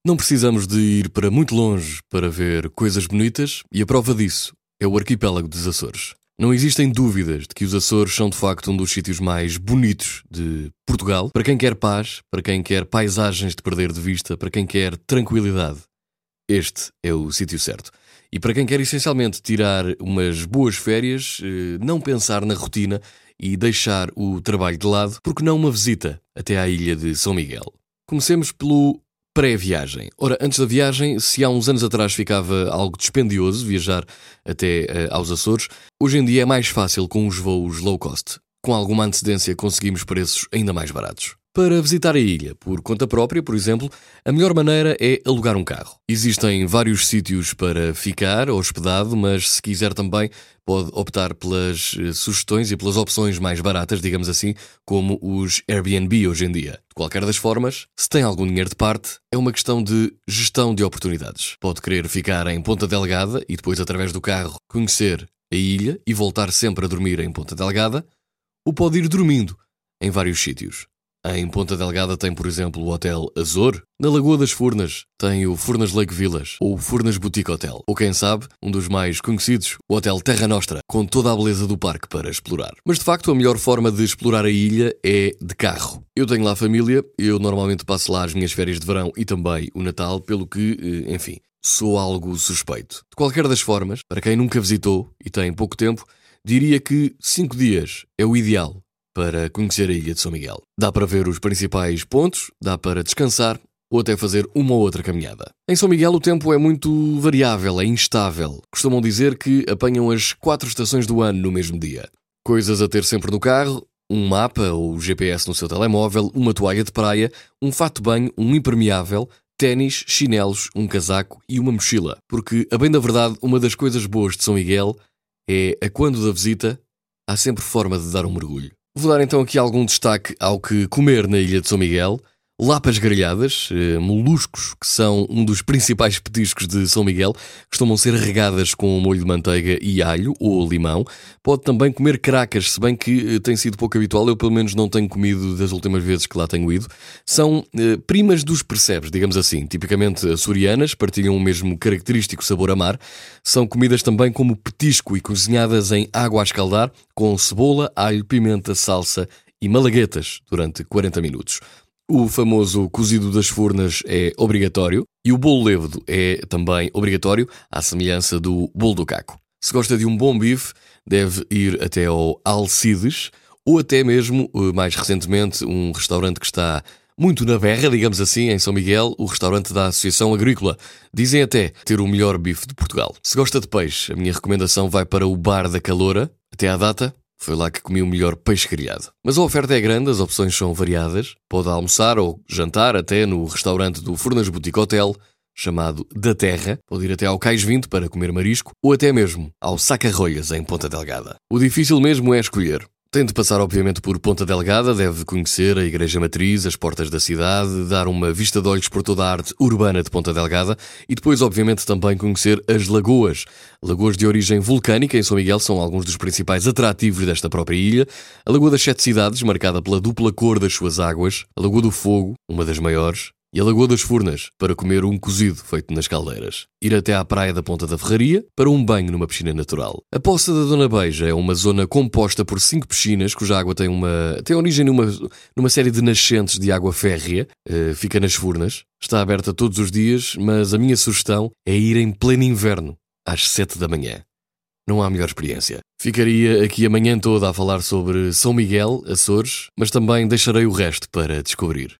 Não precisamos de ir para muito longe para ver coisas bonitas e a prova disso é o arquipélago dos Açores. Não existem dúvidas de que os Açores são de facto um dos sítios mais bonitos de Portugal. Para quem quer paz, para quem quer paisagens de perder de vista, para quem quer tranquilidade, este é o sítio certo. E para quem quer essencialmente tirar umas boas férias, não pensar na rotina e deixar o trabalho de lado, porque não uma visita até à ilha de São Miguel. Comecemos pelo pré-viagem. Ora, antes da viagem, se há uns anos atrás ficava algo dispendioso viajar até aos Açores, hoje em dia é mais fácil com os voos low cost. Com alguma antecedência conseguimos preços ainda mais baratos. Para visitar a ilha por conta própria, por exemplo, a melhor maneira é alugar um carro. Existem vários sítios para ficar hospedado, mas se quiser também pode optar pelas sugestões e pelas opções mais baratas, digamos assim, como os Airbnb hoje em dia. De qualquer das formas, se tem algum dinheiro de parte, é uma questão de gestão de oportunidades. Pode querer ficar em Ponta Delgada e depois, através do carro, conhecer a ilha e voltar sempre a dormir em Ponta Delgada, ou pode ir dormindo em vários sítios. Em Ponta Delgada tem, por exemplo, o Hotel Azor. Na Lagoa das Furnas tem o Furnas Lake Village ou o Furnas Boutique Hotel. Ou quem sabe, um dos mais conhecidos, o Hotel Terra Nostra, com toda a beleza do parque para explorar. Mas de facto a melhor forma de explorar a ilha é de carro. Eu tenho lá família, eu normalmente passo lá as minhas férias de verão e também o Natal, pelo que, enfim, sou algo suspeito. De qualquer das formas, para quem nunca visitou e tem pouco tempo, diria que 5 dias é o ideal para conhecer a ilha de São Miguel. Dá para ver os principais pontos, dá para descansar ou até fazer uma ou outra caminhada. Em São Miguel o tempo é muito variável, é instável. Costumam dizer que apanham as 4 estações do ano no mesmo dia. Coisas a ter sempre no carro, um mapa ou GPS no seu telemóvel, uma toalha de praia, um fato de banho, um impermeável, ténis, chinelos, um casaco e uma mochila. Porque, a bem da verdade, uma das coisas boas de São Miguel é a quando da visita há sempre forma de dar um mergulho. Vou dar então aqui algum destaque ao que comer na ilha de São Miguel. Lapas grelhadas, moluscos, que são um dos principais petiscos de São Miguel, costumam ser regadas com molho de manteiga e alho ou limão. Pode também comer cracas, se bem que tem sido pouco habitual, eu pelo menos não tenho comido das últimas vezes que lá tenho ido. São primas dos percebes, digamos assim, tipicamente açorianas, partilham o mesmo característico sabor a mar. São comidas também como petisco e cozinhadas em água a escaldar, com cebola, alho, pimenta, salsa e malaguetas durante 40 minutos. O famoso cozido das furnas é obrigatório e o bolo levedo é também obrigatório, à semelhança do bolo do caco. Se gosta de um bom bife, deve ir até ao Alcides ou até mesmo, mais recentemente, um restaurante que está muito na berra, digamos assim, em São Miguel, o restaurante da Associação Agrícola. Dizem até ter o melhor bife de Portugal. Se gosta de peixe, a minha recomendação vai para o Bar da Caloura. Até à data, foi lá que comi o melhor peixe grelhado. Mas a oferta é grande, as opções são variadas. Pode almoçar ou jantar até no restaurante do Furnas Boutique Hotel, chamado Da Terra. Pode ir até ao Cais 20 para comer marisco ou até mesmo ao Saca-Rolhas em Ponta Delgada. O difícil mesmo é escolher. Tem de passar obviamente por Ponta Delgada, deve conhecer a Igreja Matriz, as portas da cidade, dar uma vista de olhos por toda a arte urbana de Ponta Delgada e depois obviamente também conhecer as lagoas. Lagoas de origem vulcânica em São Miguel são alguns dos principais atrativos desta própria ilha. A Lagoa das Sete Cidades, marcada pela dupla cor das suas águas, a Lagoa do Fogo, uma das maiores, e a Lagoa das Furnas, para comer um cozido feito nas caldeiras. Ir até à praia da Ponta da Ferraria, para um banho numa piscina natural. A Poça da Dona Beija é uma zona composta por 5 piscinas, cuja água tem origem numa série de nascentes de água férrea, fica nas Furnas. Está aberta todos os dias, mas a minha sugestão é ir em pleno inverno, às 7 da manhã. Não há melhor experiência. Ficaria aqui a manhã toda a falar sobre São Miguel, Açores, mas também deixarei o resto para descobrir.